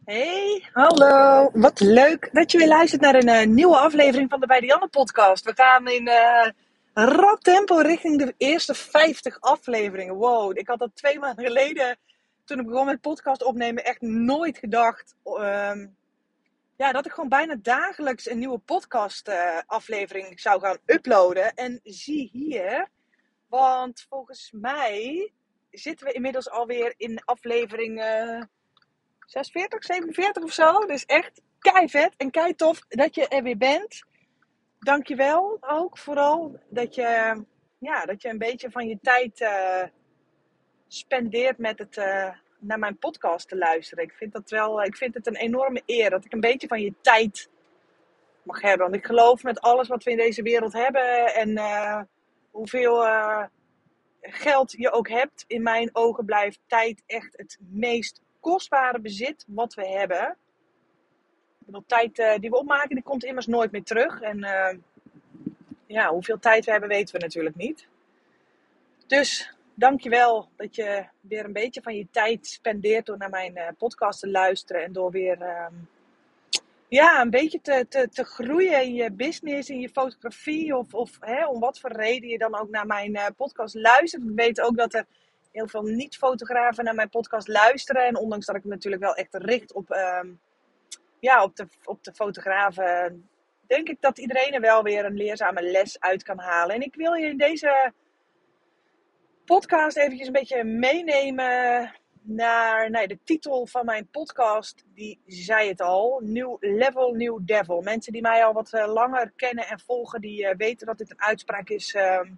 Hey, hallo. Wat leuk dat je weer luistert naar een nieuwe aflevering van de Bij de Janne podcast. We gaan in rap tempo richting de eerste 50 afleveringen. Wow, ik had dat 2 maanden geleden, toen ik begon met podcast opnemen, echt nooit gedacht. Dat ik gewoon bijna dagelijks een nieuwe podcast aflevering zou gaan uploaden. En zie hier, want volgens mij zitten we inmiddels alweer in aflevering 46, 47 of zo. Dus echt kei vet en kei tof dat je er weer bent. Dankjewel ook vooral dat je een beetje van je tijd spendeert met het naar mijn podcast te luisteren. Ik vind het een enorme eer dat ik een beetje van je tijd mag hebben. Want ik geloof met alles wat we in deze wereld hebben en hoeveel geld je ook hebt, in mijn ogen blijft tijd echt het meest kostbare bezit wat we hebben. De tijd die we opmaken, die komt immers nooit meer terug. En hoeveel tijd we hebben, weten we natuurlijk niet. Dus dankjewel dat je weer een beetje van je tijd spendeert door naar mijn podcast te luisteren. En door weer een beetje te groeien in je business, in je fotografie. Of om wat voor reden je dan ook naar mijn podcast luistert. Ik weet ook dat er heel veel niet-fotografen naar mijn podcast luisteren. En ondanks dat ik me natuurlijk wel echt richt op de fotografen, denk ik dat iedereen er wel weer een leerzame les uit kan halen. En ik wil je in deze podcast eventjes een beetje meenemen naar de titel van mijn podcast. Die zei het al, New Level, New Devil. Mensen die mij al wat langer kennen en volgen, die weten dat dit een uitspraak is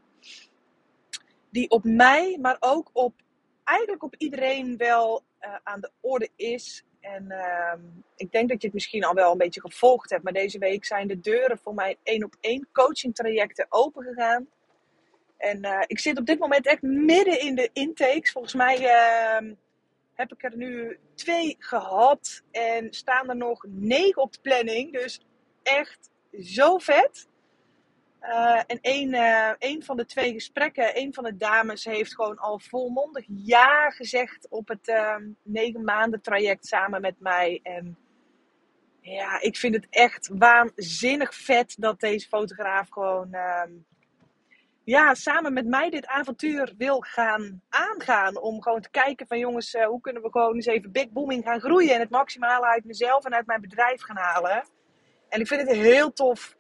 die op mij, maar ook eigenlijk op iedereen wel aan de orde is. En ik denk dat je het misschien al wel een beetje gevolgd hebt. Maar deze week zijn de deuren voor mijn 1-op-1 coaching trajecten open gegaan. En ik zit op dit moment echt midden in de intakes. Volgens mij heb ik er nu 2 gehad. En staan er nog 9 op de planning. Dus echt zo vet. En een van de 2 gesprekken, een van de dames heeft gewoon al volmondig ja gezegd op het 9 maanden traject samen met mij. En ja, ik vind het echt waanzinnig vet dat deze fotograaf gewoon samen met mij dit avontuur wil gaan aangaan. Om gewoon te kijken van jongens, hoe kunnen we gewoon eens even big booming gaan groeien. En het maximale uit mezelf en uit mijn bedrijf gaan halen. En ik vind het heel tof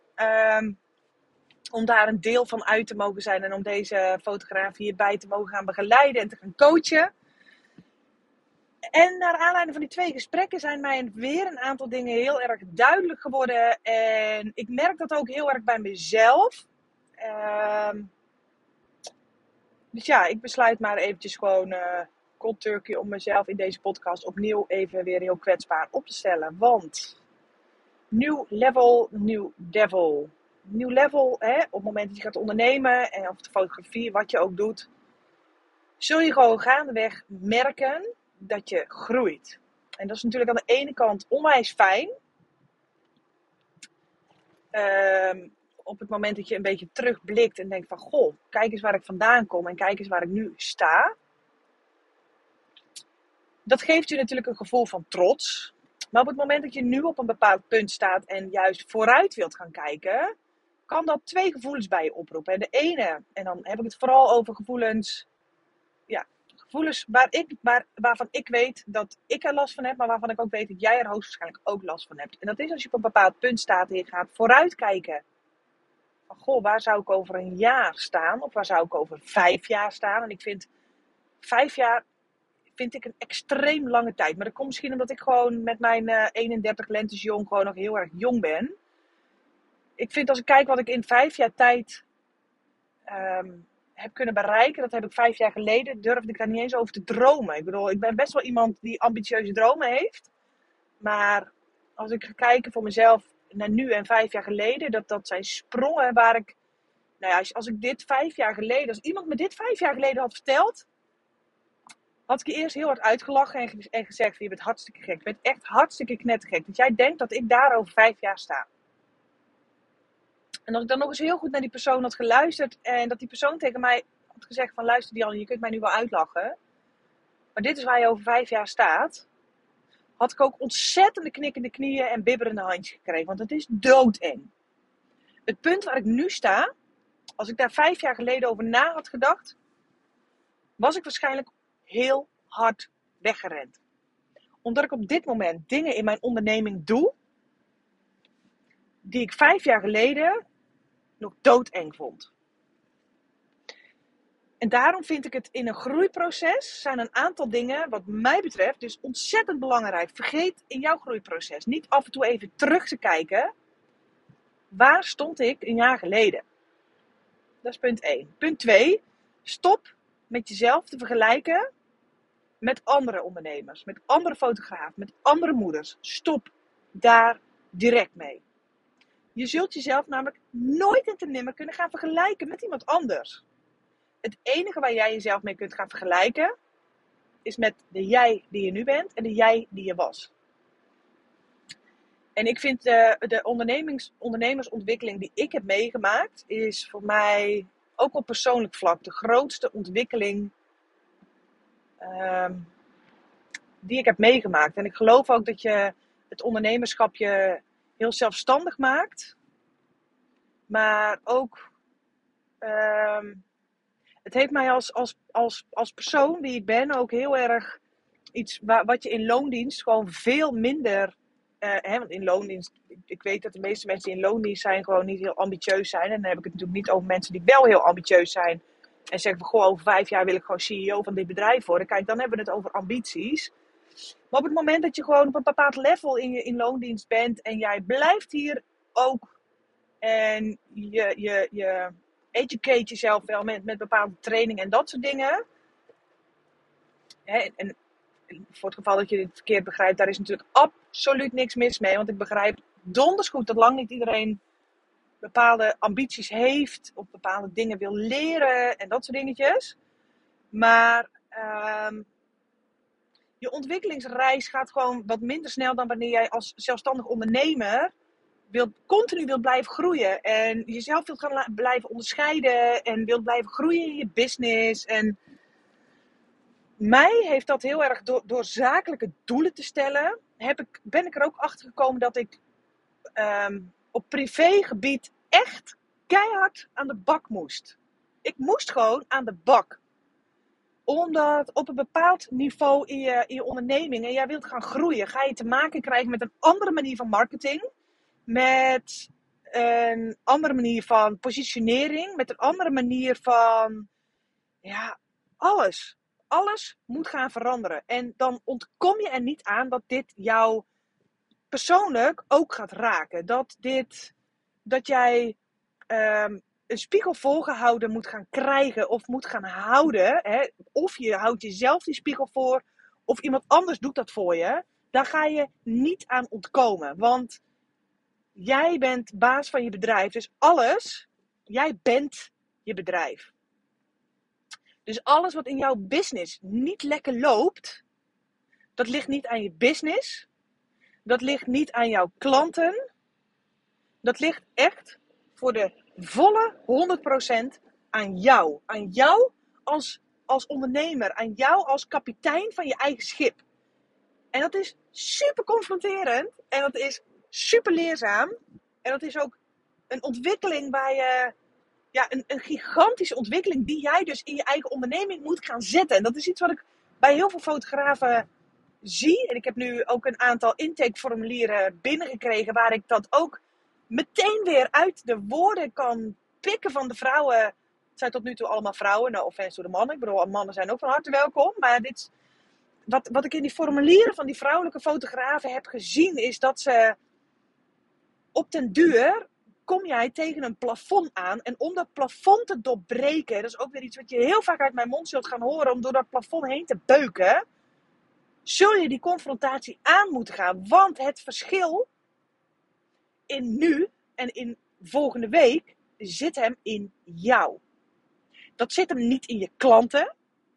om daar een deel van uit te mogen zijn. En om deze fotograaf hierbij te mogen gaan begeleiden en te gaan coachen. En naar aanleiding van die 2 gesprekken zijn mij weer een aantal dingen heel erg duidelijk geworden. En ik merk dat ook heel erg bij mezelf. Dus ja, ik besluit maar eventjes gewoon cold turkey om mezelf in deze podcast opnieuw even weer heel kwetsbaar op te stellen. Want New Level, New Devil. New level, op het moment dat je gaat ondernemen en of de fotografie, wat je ook doet, zul je gewoon gaandeweg merken dat je groeit. En dat is natuurlijk aan de ene kant onwijs fijn. Op het moment dat je een beetje terugblikt en denkt van goh, kijk eens waar ik vandaan kom en kijk eens waar ik nu sta. Dat geeft je natuurlijk een gevoel van trots. Maar op het moment dat je nu op een bepaald punt staat en juist vooruit wilt gaan kijken, kan dat 2 gevoelens bij je oproepen. En de ene, en dan heb ik het vooral over gevoelens waarvan ik weet dat ik er last van heb, maar waarvan ik ook weet dat jij er hoogstwaarschijnlijk ook last van hebt. En dat is als je op een bepaald punt staat en je gaat vooruitkijken. Van goh, waar zou ik over een jaar staan? Of waar zou ik over 5 jaar staan? En ik vind 5 jaar een extreem lange tijd. Maar dat komt misschien omdat ik gewoon met mijn 31 lentes jong gewoon nog heel erg jong ben. Ik vind als ik kijk wat ik in 5 jaar tijd heb kunnen bereiken. Dat heb ik 5 jaar geleden. Durfde ik daar niet eens over te dromen. Ik bedoel, ik ben best wel iemand die ambitieuze dromen heeft. Maar als ik ga kijken voor mezelf naar nu en 5 jaar geleden. Dat zijn sprongen waar ik... als ik dit 5 jaar geleden... Als iemand me dit 5 jaar geleden had verteld, had ik je eerst heel hard uitgelachen en gezegd, je bent hartstikke gek. Je bent echt hartstikke knettergek. Dat jij denkt dat ik daar over 5 jaar sta. En dat ik dan nog eens heel goed naar die persoon had geluisterd. En dat die persoon tegen mij had gezegd van, luister Dianne, je kunt mij nu wel uitlachen. Maar dit is waar je over 5 jaar staat. had ik ook ontzettende knikkende knieën en bibberende handjes gekregen. Want het is doodeng. Het punt waar ik nu sta, als ik daar 5 jaar geleden over na had gedacht, was ik waarschijnlijk heel hard weggerend. Omdat ik op dit moment dingen in mijn onderneming doe, die ik 5 jaar geleden nog doodeng vond. En daarom vind ik het in een groeiproces zijn een aantal dingen, wat mij betreft, dus ontzettend belangrijk. Vergeet in jouw groeiproces niet af en toe even terug te kijken. Waar stond ik een jaar geleden? Dat is punt 1. Punt 2. Stop met jezelf te vergelijken met andere ondernemers, met andere fotografen, met andere moeders. Stop daar direct mee. Je zult jezelf namelijk nooit en te nimmer kunnen gaan vergelijken met iemand anders. Het enige waar jij jezelf mee kunt gaan vergelijken, is met de jij die je nu bent en de jij die je was. En ik vind de ondernemersontwikkeling die ik heb meegemaakt, is voor mij ook op persoonlijk vlak de grootste ontwikkeling die ik heb meegemaakt. En ik geloof ook dat je het ondernemerschap je heel zelfstandig maakt. Maar ook, het heeft mij als persoon die ik ben ook heel erg iets wat je in loondienst gewoon veel minder... want in loondienst, ik weet dat de meeste mensen die in loondienst zijn gewoon niet heel ambitieus zijn. En dan heb ik het natuurlijk niet over mensen die wel heel ambitieus zijn. En zeggen van, goh, over 5 jaar wil ik gewoon CEO van dit bedrijf worden. Kijk, dan hebben we het over ambities. Maar op het moment dat je gewoon op een bepaald level in loondienst bent. En jij blijft hier ook. En je educate jezelf wel met bepaalde training en dat soort dingen. En voor het geval dat je dit verkeerd begrijpt, daar is natuurlijk absoluut niks mis mee. Want ik begrijp donders goed dat lang niet iedereen bepaalde ambities heeft. Of bepaalde dingen wil leren en dat soort dingetjes. Maar je ontwikkelingsreis gaat gewoon wat minder snel dan wanneer jij als zelfstandig ondernemer continu wilt blijven groeien. En jezelf wilt gaan blijven onderscheiden. En wilt blijven groeien in je business. En mij heeft dat heel erg door zakelijke doelen te stellen. Ben ik er ook achter gekomen dat ik op privégebied echt keihard aan de bak moest. Ik moest gewoon aan de bak. Omdat op een bepaald niveau in je onderneming en jij wilt gaan groeien, ga je te maken krijgen met een andere manier van marketing. Met een andere manier van positionering. Met een andere manier van alles. Alles moet gaan veranderen. En dan ontkom je er niet aan dat dit jou persoonlijk ook gaat raken. Dat jij een spiegel voorgehouden moet gaan krijgen of moet gaan houden. Hè? Of je houdt jezelf die spiegel voor, of iemand anders doet dat voor je. Daar ga je niet aan ontkomen. Want jij bent baas van je bedrijf. Dus jij bent je bedrijf. Dus alles wat in jouw business niet lekker loopt, dat ligt niet aan je business. Dat ligt niet aan jouw klanten. Dat ligt echt voor de volle 100% aan jou. Aan jou als ondernemer. Aan jou als kapitein van je eigen schip. En dat is super confronterend. En dat is super leerzaam. En dat is ook een ontwikkeling waar je... een gigantische ontwikkeling die jij dus in je eigen onderneming moet gaan zetten. En dat is iets wat ik bij heel veel fotografen zie. En ik heb nu ook een aantal intakeformulieren binnengekregen waar ik dat ook meteen weer uit de woorden kan pikken van de vrouwen. Het zijn tot nu toe allemaal vrouwen, no offense door de mannen. Ik bedoel, mannen zijn ook van harte welkom. Maar wat ik in die formulieren van die vrouwelijke fotografen heb gezien, is dat ze op den duur kom jij tegen een plafond aan. En om dat plafond te doorbreken, dat is ook weer iets wat je heel vaak uit mijn mond zult gaan horen, om door dat plafond heen te beuken, zul je die confrontatie aan moeten gaan. Want het verschil in nu en in volgende week zit hem in jou. Dat zit hem niet in je klanten.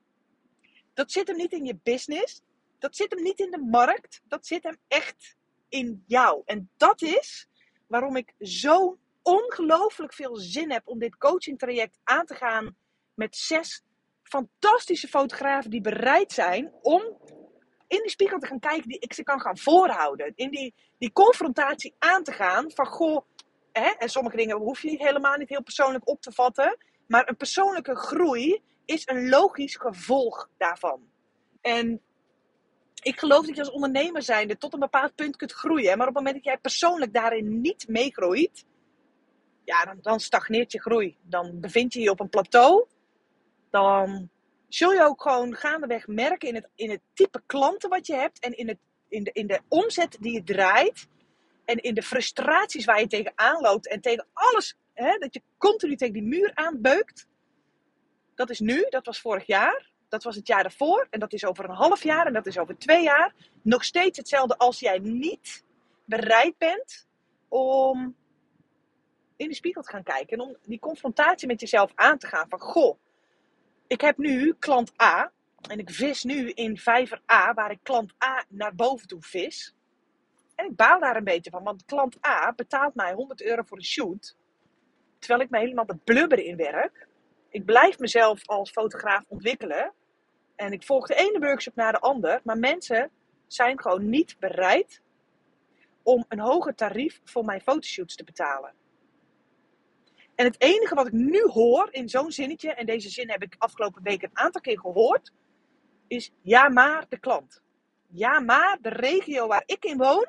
Dat zit hem niet in je business. Dat zit hem niet in de markt. Dat zit hem echt in jou. En dat is waarom ik zo ongelooflijk veel zin heb om dit coachingtraject aan te gaan met 6 fantastische fotografen die bereid zijn om in die spiegel te gaan kijken die ik ze kan gaan voorhouden. In die confrontatie aan te gaan van goh, en sommige dingen hoef je helemaal niet heel persoonlijk op te vatten. Maar een persoonlijke groei is een logisch gevolg daarvan. En ik geloof dat je als ondernemer zijnde tot een bepaald punt kunt groeien. Maar op het moment dat jij persoonlijk daarin niet meegroeit, ja, dan stagneert je groei. Dan bevind je je op een plateau. Dan zul je ook gewoon gaandeweg merken in het type klanten wat je hebt. En in de omzet die je draait. En in de frustraties waar je tegenaan loopt. En tegen alles, dat je continu tegen die muur aanbeukt. Dat is nu, dat was vorig jaar. Dat was het jaar daarvoor. En dat is over een half jaar. En dat is over 2 jaar. Nog steeds hetzelfde als jij niet bereid bent om in de spiegel te gaan kijken. En om die confrontatie met jezelf aan te gaan. Van goh, ik heb nu klant A. En ik vis nu in vijver A. Waar ik klant A naar boven toe vis. En ik baal daar een beetje van. Want klant A betaalt mij €100 voor een shoot. Terwijl ik me helemaal te blubberen in werk. Ik blijf mezelf als fotograaf ontwikkelen. En ik volg de ene workshop naar de ander. Maar mensen zijn gewoon niet bereid om een hoger tarief voor mijn fotoshoots te betalen. En het enige wat ik nu hoor in zo'n zinnetje, en deze zin heb ik afgelopen week een aantal keer gehoord, is ja maar de klant. Ja maar de regio waar ik in woon.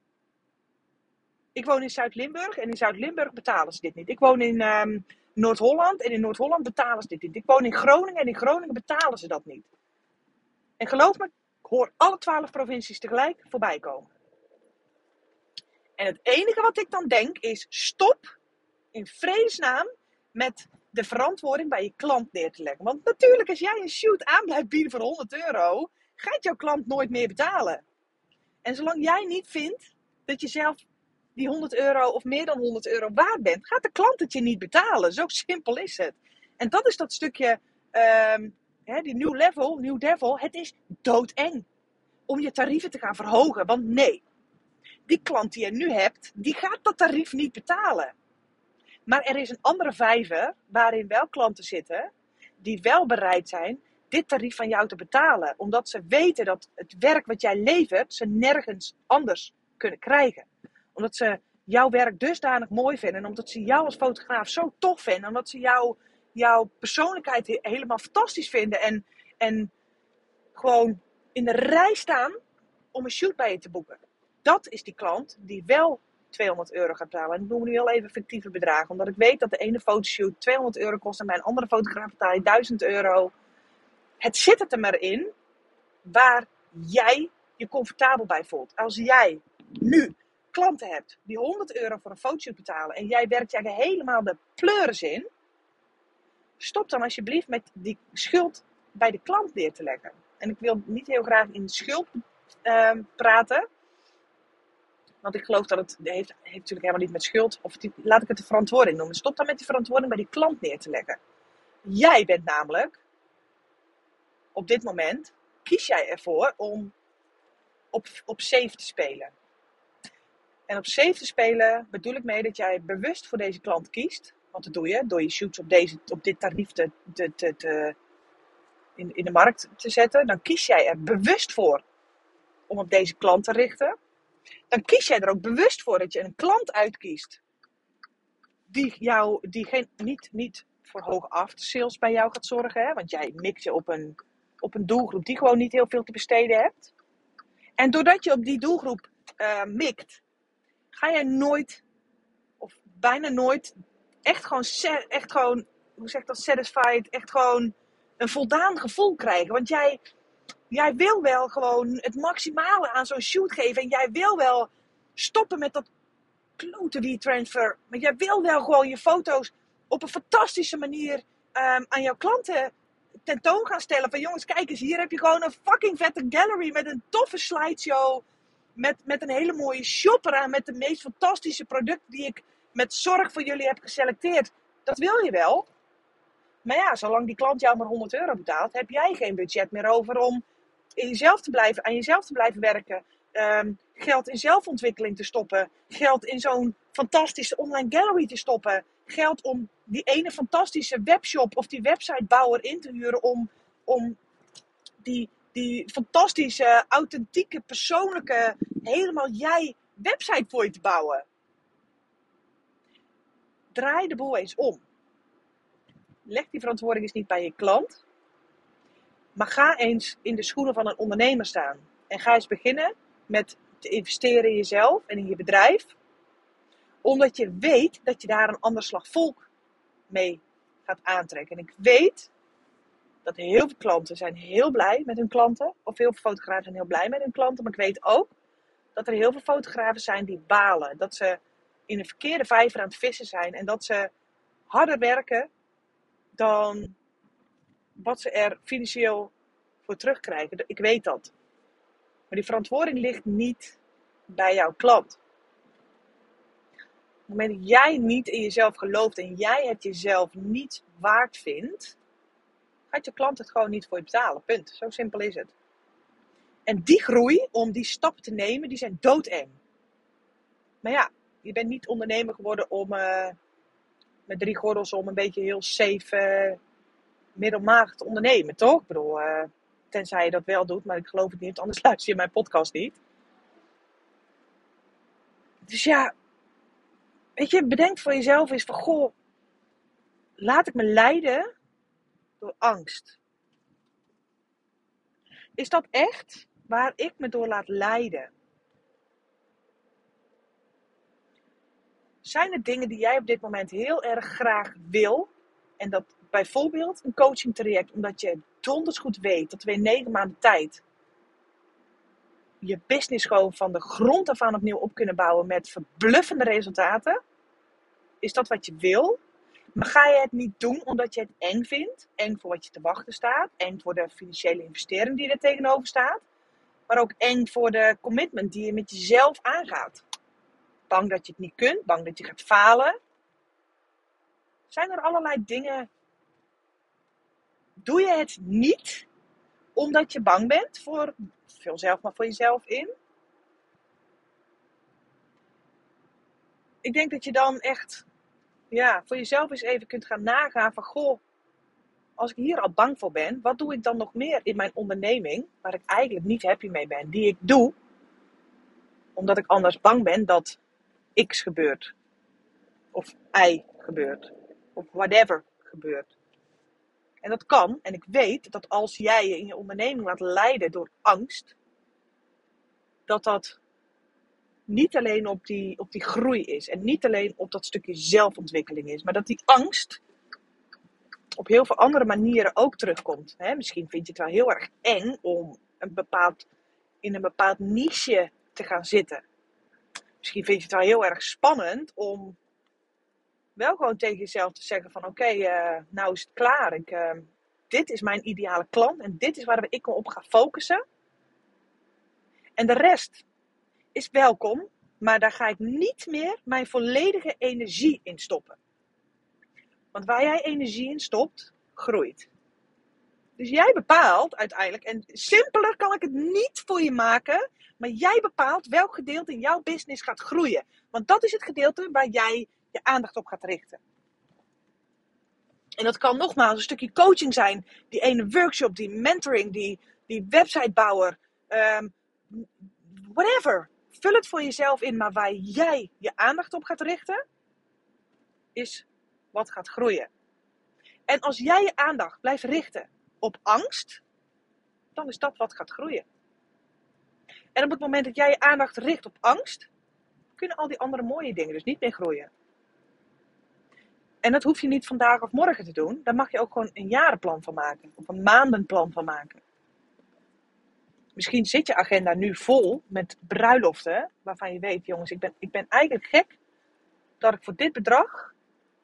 Ik woon in Zuid-Limburg en in Zuid-Limburg betalen ze dit niet. Ik woon in Noord-Holland en in Noord-Holland betalen ze dit niet. Ik woon in Groningen en in Groningen betalen ze dat niet. En geloof me, ik hoor alle 12 provincies tegelijk voorbij komen. En het enige wat ik dan denk is stop in vredesnaam met de verantwoording bij je klant neer te leggen. Want natuurlijk als jij een shoot aan blijft bieden voor €100, gaat jouw klant nooit meer betalen. En zolang jij niet vindt dat je zelf die €100 of meer dan €100 waard bent, gaat de klant het je niet betalen. Zo simpel is het. En dat is dat stukje, die new devil. Het is doodeng om je tarieven te gaan verhogen. Want nee, die klant die je nu hebt, die gaat dat tarief niet betalen. Maar er is een andere vijver waarin wel klanten zitten die wel bereid zijn dit tarief van jou te betalen. Omdat ze weten dat het werk wat jij levert, ze nergens anders kunnen krijgen. Omdat ze jouw werk dusdanig mooi vinden. En omdat ze jou als fotograaf zo tof vinden. Omdat ze jouw persoonlijkheid helemaal fantastisch vinden. En gewoon in de rij staan om een shoot bij je te boeken. Dat is die klant die wel €200 gaat betalen. En ik noem nu heel even fictieve bedragen. Omdat ik weet dat de ene fotoshoot €200 kost. En bij een andere fotograaf betaal je €1000. Het zit er maar in waar jij je comfortabel bij voelt. Als jij nu klanten hebt die €100 voor een fotoshoot betalen. En jij werkt je helemaal de pleuris in. Stop dan alsjeblieft met die schuld bij de klant neer te leggen. En ik wil niet heel graag in schuld praten. Want ik geloof dat het heeft natuurlijk helemaal niet met schuld. Laat ik het de verantwoording noemen. Stop dan met die verantwoording bij die klant neer te leggen. Jij bent namelijk, op dit moment, kies jij ervoor om op safe te spelen. En op safe te spelen bedoel ik mee dat jij bewust voor deze klant kiest. Want dat doe je door je shoots op dit tarief in de markt te zetten. Dan kies jij er bewust voor om op deze klant te richten. Dan kies jij er ook bewust voor dat je een klant uitkiest die niet voor hoge aftersales bij jou gaat zorgen. Hè? Want jij mikt je op een doelgroep die gewoon niet heel veel te besteden hebt. En doordat je op die doelgroep mikt, ga jij nooit, of bijna nooit, echt gewoon, hoe zeg ik dat, satisfied, echt gewoon een voldaan gevoel krijgen. Want jij wil wel gewoon het maximale aan zo'n shoot geven. En jij wil wel stoppen met dat klote WeTransfer. Maar jij wil wel gewoon je foto's op een fantastische manier aan jouw klanten tentoon gaan stellen. Van jongens, kijk eens, hier heb je gewoon een fucking vette gallery met een toffe slideshow. Met een hele mooie shop eraan. Met de meest fantastische producten die ik met zorg voor jullie heb geselecteerd. Dat wil je wel. Maar ja, zolang die klant jou maar €100 betaalt, heb jij geen budget meer over om aan jezelf te blijven werken. Geld in zelfontwikkeling te stoppen. Geld in zo'n fantastische online gallery te stoppen. Geld om die ene fantastische webshop of die websitebouwer in te huren om die die fantastische, authentieke, persoonlijke, helemaal jij website voor je te bouwen. Draai de boel eens om. Leg die verantwoording eens niet bij je klant. Maar ga eens in de schoenen van een ondernemer staan. En ga eens beginnen met te investeren in jezelf en in je bedrijf. Omdat je weet dat je daar een ander slag volk mee gaat aantrekken. En ik weet dat heel veel klanten zijn heel blij met hun klanten. Of heel veel fotografen zijn heel blij met hun klanten. Maar ik weet ook dat er heel veel fotografen zijn die balen. Dat ze in een verkeerde vijver aan het vissen zijn. En dat ze harder werken dan wat ze er financieel voor terugkrijgen. Ik weet dat. Maar die verantwoording ligt niet bij jouw klant. Op het moment dat jij niet in jezelf gelooft en jij het jezelf niet waard vindt, gaat je klant het gewoon niet voor je betalen. Punt. Zo simpel is het. En die groei, om die stap te nemen, die zijn doodeng. Maar ja, je bent niet ondernemer geworden om met 3 gordels om een beetje heel safe, middelmatig te ondernemen, toch? Ik bedoel, tenzij je dat wel doet, maar ik geloof het niet, anders luister je mijn podcast niet. Dus ja, weet je, bedenk voor jezelf eens van, goh, laat ik me leiden door angst? Is dat echt waar ik me door laat leiden? Zijn er dingen die jij op dit moment heel erg graag wil? En dat bijvoorbeeld een coaching traject, omdat je donders goed weet dat we in 9 maanden tijd je business gewoon van de grond af aan opnieuw op kunnen bouwen met verbluffende resultaten. Is dat wat je wil? Maar ga je het niet doen omdat je het eng vindt? Eng voor wat je te wachten staat. Eng voor de financiële investering die er tegenover staat. Maar ook eng voor de commitment die je met jezelf aangaat. Bang dat je het niet kunt. Bang dat je gaat falen. Zijn er allerlei dingen. Doe je het niet omdat je bang bent voor, vul zelf maar voor jezelf in. Ik denk dat je dan echt voor jezelf eens even kunt gaan nagaan van, goh, als ik hier al bang voor ben, wat doe ik dan nog meer in mijn onderneming, waar ik eigenlijk niet happy mee ben, die ik doe, omdat ik anders bang ben dat X gebeurt, of Y gebeurt, of whatever gebeurt. En dat kan, en ik weet dat als jij je in je onderneming laat leiden door angst, dat niet alleen op die groei is, en niet alleen op dat stukje zelfontwikkeling is, maar dat die angst op heel veel andere manieren ook terugkomt. Misschien vind je het wel heel erg eng om in een bepaald niche te gaan zitten. Misschien vind je het wel heel erg spannend om wel gewoon tegen jezelf te zeggen van oké, nou is het klaar. Dit is mijn ideale klant en dit is waar ik me op ga focussen. En de rest is welkom, maar daar ga ik niet meer mijn volledige energie in stoppen. Want waar jij energie in stopt, groeit. Dus jij bepaalt uiteindelijk, en simpeler kan ik het niet voor je maken, maar jij bepaalt welk gedeelte in jouw business gaat groeien. Want dat is het gedeelte waar jij je aandacht op gaat richten. En dat kan nogmaals een stukje coaching zijn, die ene workshop, die mentoring, die websitebouwer, whatever. Vul het voor jezelf in, maar waar jij je aandacht op gaat richten, is wat gaat groeien. En als jij je aandacht blijft richten op angst, dan is dat wat gaat groeien. En op het moment dat jij je aandacht richt op angst, kunnen al die andere mooie dingen dus niet meer groeien. En dat hoef je niet vandaag of morgen te doen. Daar mag je ook gewoon een jarenplan van maken. Of een maandenplan van maken. Misschien zit je agenda nu vol met bruiloften, waarvan je weet, jongens, ik ben eigenlijk gek dat ik voor dit bedrag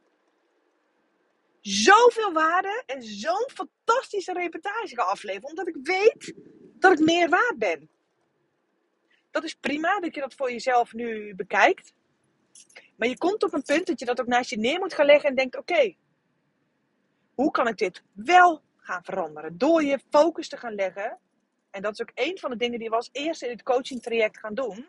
zoveel waarde en zo'n fantastische reportage ga afleveren. Omdat ik weet dat ik meer waard ben. Dat is prima dat je dat voor jezelf nu bekijkt. Maar je komt op een punt dat je dat ook naast je neer moet gaan leggen en denkt, oké, hoe kan ik dit wel gaan veranderen? Door je focus te gaan leggen. En dat is ook een van de dingen die we als eerste in het coaching traject gaan doen.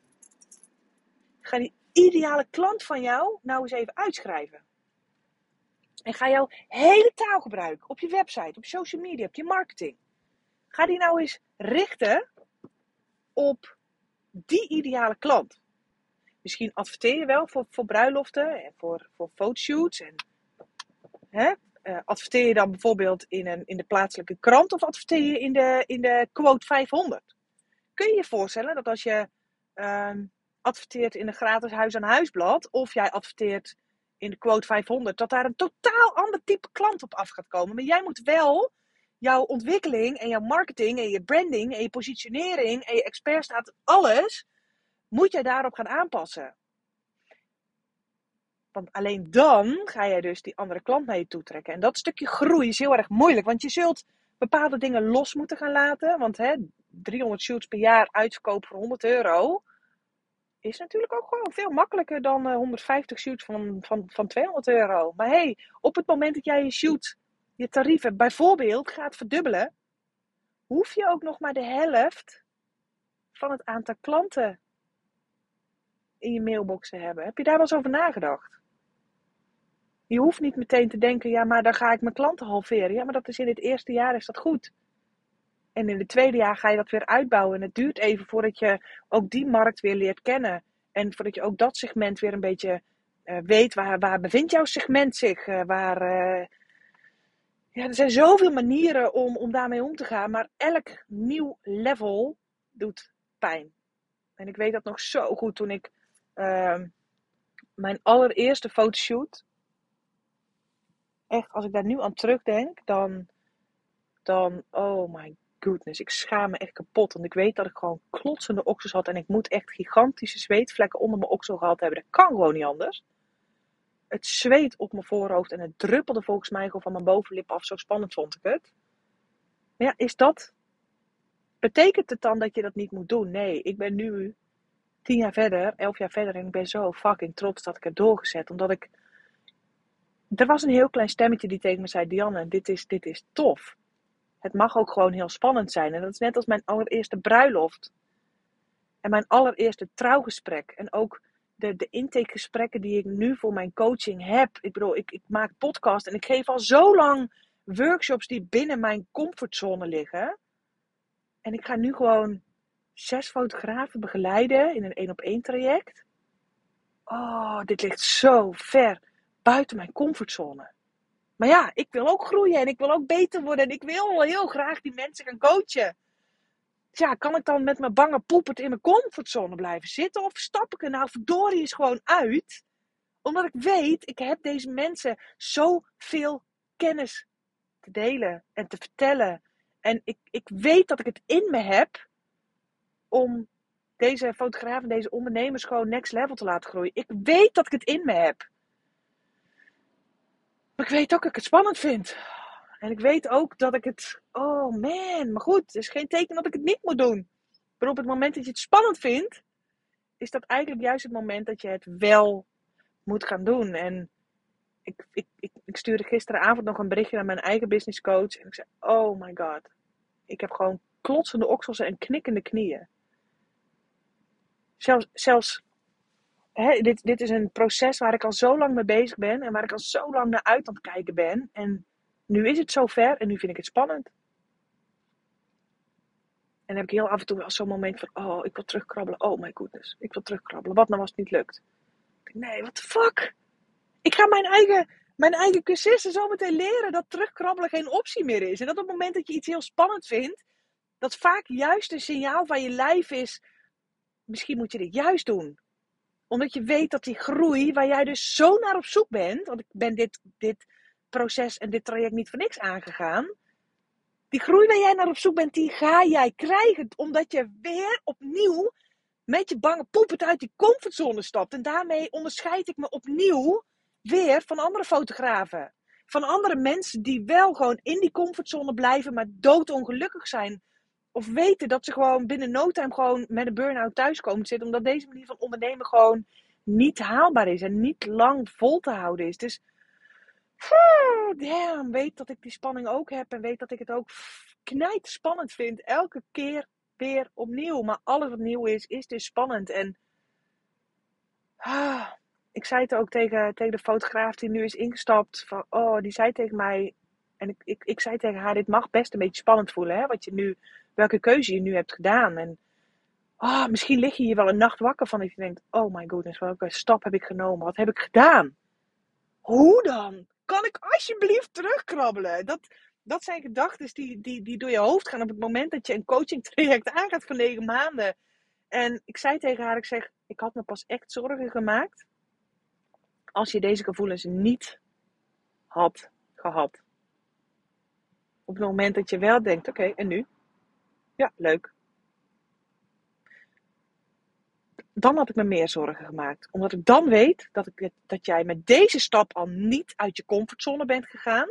Ga die ideale klant van jou nou eens even uitschrijven. En ga jouw hele taal gebruiken op je website, op social media, op je marketing. Ga die nou eens richten op die ideale klant. Misschien adverteer je wel voor bruiloften en voor fotoshoots. En, adverteer je dan bijvoorbeeld in de plaatselijke krant of adverteer je in de quote 500? Kun je je voorstellen dat als je adverteert in een gratis huis-aan-huisblad of jij adverteert in de quote 500, dat daar een totaal ander type klant op af gaat komen. Maar jij moet wel jouw ontwikkeling en jouw marketing en je branding en je positionering en je expertstatus, alles moet jij daarop gaan aanpassen. Want alleen dan ga jij dus die andere klant naar je toe trekken. En dat stukje groei is heel erg moeilijk. Want je zult bepaalde dingen los moeten gaan laten. Want 300 shoots per jaar uitverkoop voor €100 is natuurlijk ook gewoon veel makkelijker dan 150 shoots van €200. Maar hey, op het moment dat jij je tarieven bijvoorbeeld gaat verdubbelen, hoef je ook nog maar de helft van het aantal klanten in je mailbox te hebben. Heb je daar wel eens over nagedacht? Je hoeft niet meteen te denken, ja, maar dan ga ik mijn klanten halveren. Ja, maar dat is in het eerste jaar is dat goed. En in het tweede jaar ga je dat weer uitbouwen. En het duurt even voordat je ook die markt weer leert kennen. En voordat je ook dat segment weer een beetje weet. Waar bevindt jouw segment zich? Er zijn zoveel manieren om daarmee om te gaan. Maar elk nieuw level doet pijn. En ik weet dat nog zo goed toen ik mijn allereerste fotoshoot. Echt, als ik daar nu aan terugdenk, dan, oh my goodness, ik schaam me echt kapot. Want ik weet dat ik gewoon klotsende oksels had en ik moet echt gigantische zweetvlekken onder mijn oksel gehad hebben. Dat kan gewoon niet anders. Het zweet op mijn voorhoofd en het druppelde volgens mij gewoon van mijn bovenlip af. Zo spannend vond ik het. Maar ja, betekent het dan dat je dat niet moet doen? Nee, ik ben nu 10 jaar verder, 11 jaar verder en ik ben zo fucking trots dat ik het doorgezet. Omdat er was een heel klein stemmetje die tegen me zei, Dianne, dit is tof. Het mag ook gewoon heel spannend zijn. En dat is net als mijn allereerste bruiloft. En mijn allereerste trouwgesprek. En ook de intakegesprekken die ik nu voor mijn coaching heb. Ik bedoel, ik maak podcast en ik geef al zo lang workshops die binnen mijn comfortzone liggen. En ik ga nu gewoon 6 fotografen begeleiden in een 1-op-1 traject. Oh, dit ligt zo ver buiten mijn comfortzone. Maar ja, ik wil ook groeien en ik wil ook beter worden. En ik wil heel graag die mensen gaan coachen. Ja, kan ik dan met mijn bange poepert in mijn comfortzone blijven zitten? Of stap ik er nou verdorie eens gewoon uit? Omdat ik weet, ik heb deze mensen zoveel kennis te delen en te vertellen. En ik weet dat ik het in me heb om deze fotografen, deze ondernemers gewoon next level te laten groeien. Ik weet dat ik het in me heb. Maar ik weet ook dat ik het spannend vind. En ik weet ook dat ik het... Oh man, maar goed, het is geen teken dat ik het niet moet doen. Maar op het moment dat je het spannend vindt, is dat eigenlijk juist het moment dat je het wel moet gaan doen. En ik stuurde gisteravond nog een berichtje naar mijn eigen business coach. En ik zei, oh my god. Ik heb gewoon klotsende oksels en knikkende knieën. Zelfs dit is een proces waar ik al zo lang mee bezig ben. En waar ik al zo lang naar uit aan het kijken ben. En nu is het zover en nu vind ik het spannend. En dan heb ik heel af en toe wel zo'n moment van, oh, ik wil terugkrabbelen. Oh my goodness, ik wil terugkrabbelen. Wat nou als het niet lukt? Ik denk, nee, what the fuck? Ik ga mijn eigen cursisten zo meteen leren dat terugkrabbelen geen optie meer is. En dat op het moment dat je iets heel spannend vindt, dat vaak juist een signaal van je lijf is, misschien moet je dit juist doen. Omdat je weet dat die groei, waar jij dus zo naar op zoek bent, want ik ben dit proces en dit traject niet voor niks aangegaan. Die groei waar jij naar op zoek bent, die ga jij krijgen. Omdat je weer opnieuw met je bange poepert uit die comfortzone stapt. En daarmee onderscheid ik me opnieuw weer van andere fotografen. Van andere mensen die wel gewoon in die comfortzone blijven, maar doodongelukkig zijn. Of weten dat ze gewoon binnen no time gewoon met een burn-out thuis komen te zitten. Omdat deze manier van ondernemen gewoon niet haalbaar is. En niet lang vol te houden is. Dus damn, weet dat ik die spanning ook heb. En weet dat ik het ook knijtspannend vind. Elke keer weer opnieuw. Maar alles wat nieuw is dus spannend. En ik zei het ook tegen de fotograaf die nu is ingestapt. Die zei tegen mij, En ik zei tegen haar, dit mag best een beetje spannend voelen. Hè? Welke keuze je nu hebt gedaan. En misschien lig je hier wel een nacht wakker van. Dat je denkt, oh my goodness, welke stap heb ik genomen? Wat heb ik gedaan? Hoe dan? Kan ik alsjeblieft terugkrabbelen? Dat zijn gedachten die door je hoofd gaan op het moment dat je een coaching traject aangaat voor 9 maanden. En ik zei tegen haar, ik had me pas echt zorgen gemaakt als je deze gevoelens niet had gehad. Op het moment dat je wel denkt, oké, en nu? Ja, leuk. Dan had ik me meer zorgen gemaakt. Omdat ik dan weet dat jij met deze stap al niet uit je comfortzone bent gegaan.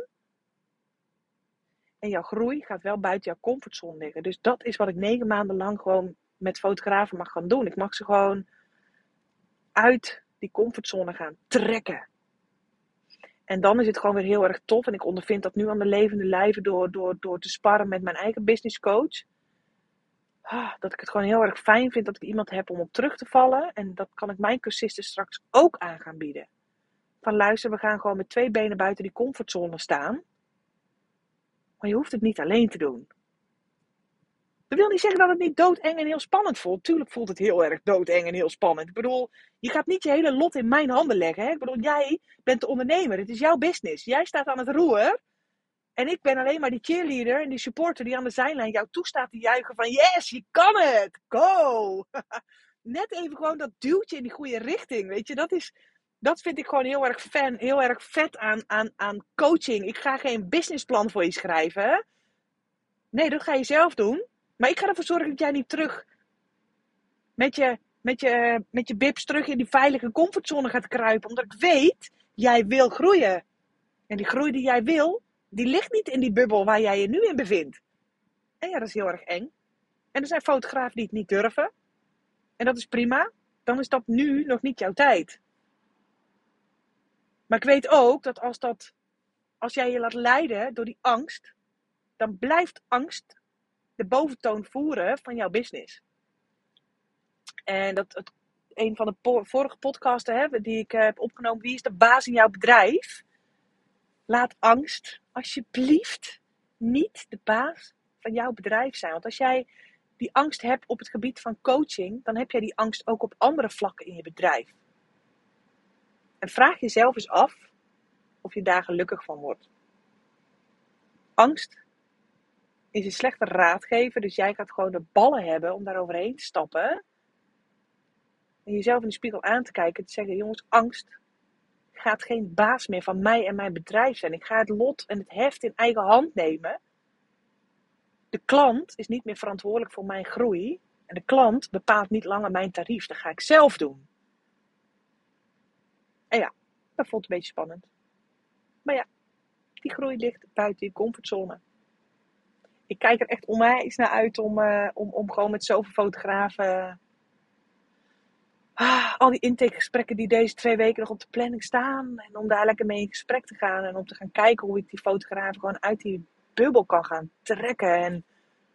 En jouw groei gaat wel buiten jouw comfortzone liggen. Dus dat is wat ik 9 maanden lang gewoon met fotografen mag gaan doen. Ik mag ze gewoon uit die comfortzone gaan trekken. En dan is het gewoon weer heel erg tof. En ik ondervind dat nu aan de levende lijve door te sparren met mijn eigen business coach. Dat ik het gewoon heel erg fijn vind dat ik iemand heb om op terug te vallen. En dat kan ik mijn cursisten straks ook aan gaan bieden. Van luister, we gaan gewoon met 2 benen buiten die comfortzone staan. Maar je hoeft het niet alleen te doen. Dat wil niet zeggen dat het niet doodeng en heel spannend voelt. Tuurlijk voelt het heel erg doodeng en heel spannend. Ik bedoel, je gaat niet je hele lot in mijn handen leggen. Hè? Ik bedoel, jij bent de ondernemer. Het is jouw business. Jij staat aan het roer. En ik ben alleen maar die cheerleader en die supporter die aan de zijlijn jou toestaat te juichen van yes, je kan het, go! Net even gewoon dat duwtje in die goede richting, weet je. Dat vind ik gewoon heel erg vet aan coaching. Ik ga geen businessplan voor je schrijven. Nee, dat ga je zelf doen. Maar ik ga ervoor zorgen dat jij niet terug met je bips terug in die veilige comfortzone gaat kruipen. Omdat ik weet, jij wil groeien. En die groei die jij wil, die ligt niet in die bubbel waar jij je nu in bevindt. En ja, dat is heel erg eng. En er zijn fotografen die het niet durven. En dat is prima. Dan is dat nu nog niet jouw tijd. Maar ik weet ook dat als jij je laat leiden door die angst, dan blijft angst de boventoon voeren van jouw business. En een van de vorige podcasten die ik heb opgenomen, wie is de baas in jouw bedrijf? Laat angst alsjeblieft niet de baas van jouw bedrijf zijn. Want als jij die angst hebt op het gebied van coaching, dan heb jij die angst ook op andere vlakken in je bedrijf. En vraag jezelf eens af of je daar gelukkig van wordt. Angst is een slechte raadgever, dus jij gaat gewoon de ballen hebben om daar overheen te stappen. En jezelf in de spiegel aan te kijken en te zeggen, jongens, angst gaat geen baas meer van mij en mijn bedrijf zijn. Ik ga het lot en het heft in eigen hand nemen. De klant is niet meer verantwoordelijk voor mijn groei. En de klant bepaalt niet langer mijn tarief. Dat ga ik zelf doen. En ja, dat voelt een beetje spannend. Maar ja, die groei ligt buiten je comfortzone. Ik kijk er echt onwijs naar uit om gewoon met zoveel fotografen al die intakegesprekken die deze 2 weken nog op de planning staan. En om daar lekker mee in gesprek te gaan. En om te gaan kijken hoe ik die fotografen gewoon uit die bubbel kan gaan trekken. En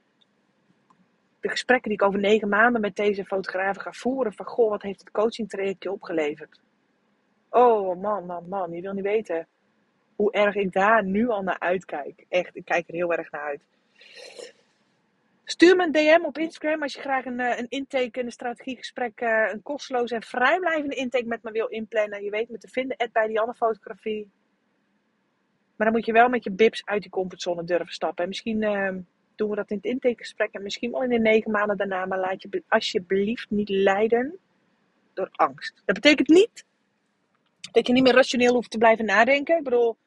de gesprekken die ik over 9 maanden met deze fotografen ga voeren. Van goh, wat heeft het coaching trajectje opgeleverd? Oh man. Je wil niet weten hoe erg ik daar nu al naar uitkijk. Echt, ik kijk er heel erg naar uit. Stuur me een DM op Instagram als je graag een intake, een strategiegesprek, een kosteloze en vrijblijvende intake met me wil inplannen. Je weet me te vinden, @bijdiannefotografie. Maar dan moet je wel met je bips uit die comfortzone durven stappen. En misschien doen we dat in het intakegesprek en misschien wel in de 9 maanden daarna. Maar laat je alsjeblieft niet leiden door angst. Dat betekent niet dat je niet meer rationeel hoeft te blijven nadenken. Ik bedoel,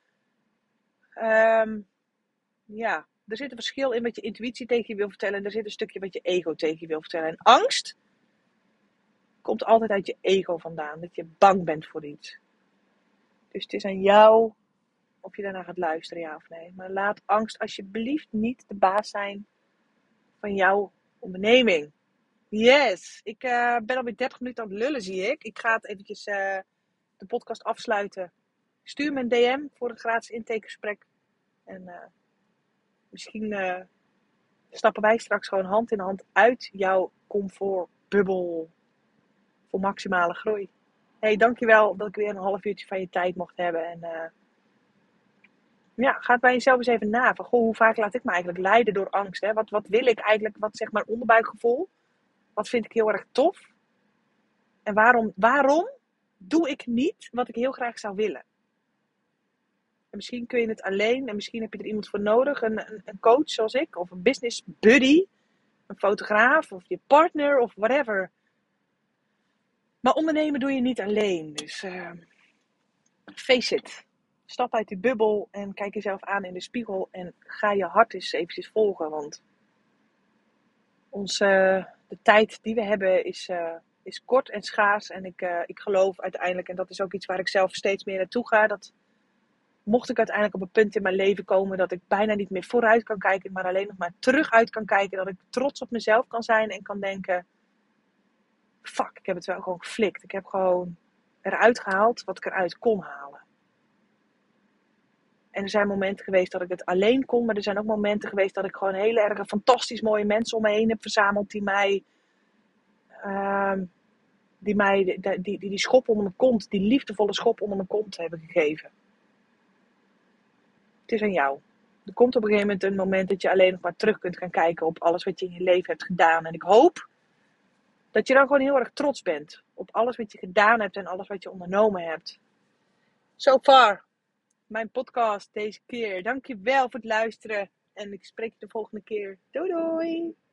er zit een verschil in wat je intuïtie tegen je wil vertellen. En er zit een stukje wat je ego tegen je wil vertellen. En angst komt altijd uit je ego vandaan. Dat je bang bent voor iets. Dus het is aan jou of je daarna gaat luisteren, ja of nee. Maar laat angst alsjeblieft niet de baas zijn van jouw onderneming. Yes, ik ben alweer 30 minuten aan het lullen, zie ik. Ik ga het eventjes de podcast afsluiten. Stuur me een DM voor een gratis intakegesprek. En misschien stappen wij straks gewoon hand in hand uit jouw comfortbubbel voor maximale groei. Hey, dankjewel dat ik weer een half uurtje van je tijd mocht hebben. En Ja, ga het bij jezelf eens even na. Van, goh, hoe vaak laat ik me eigenlijk leiden door angst? Hè? Wat wil ik eigenlijk? Wat zegt mijn onderbuikgevoel? Wat vind ik heel erg tof? En waarom doe ik niet wat ik heel graag zou willen? En misschien kun je het alleen en misschien heb je er iemand voor nodig. Een coach zoals ik of een business buddy. Een fotograaf of je partner of whatever. Maar ondernemen doe je niet alleen. Dus face it. Stap uit die bubbel en kijk jezelf aan in de spiegel. En ga je hart eens eventjes volgen. Want de tijd die we hebben is kort en schaars. En ik geloof uiteindelijk, en dat is ook iets waar ik zelf steeds meer naartoe ga. Dat mocht ik uiteindelijk op een punt in mijn leven komen dat ik bijna niet meer vooruit kan kijken. Maar alleen nog maar terug uit kan kijken. Dat ik trots op mezelf kan zijn en kan denken. Fuck, ik heb het wel gewoon geflikt. Ik heb gewoon eruit gehaald wat ik eruit kon halen. En er zijn momenten geweest dat ik het alleen kon. Maar er zijn ook momenten geweest dat ik gewoon hele erg fantastisch mooie mensen om me heen heb verzameld. Die schop onder mijn kont. Die liefdevolle schop onder mijn kont hebben gegeven. Het is aan jou. Er komt op een gegeven moment een moment dat je alleen nog maar terug kunt gaan kijken op alles wat je in je leven hebt gedaan. En ik hoop dat je dan gewoon heel erg trots bent op alles wat je gedaan hebt en alles wat je ondernomen hebt. So far, mijn podcast deze keer. Dankjewel voor het luisteren. En ik spreek je de volgende keer. Doei doei!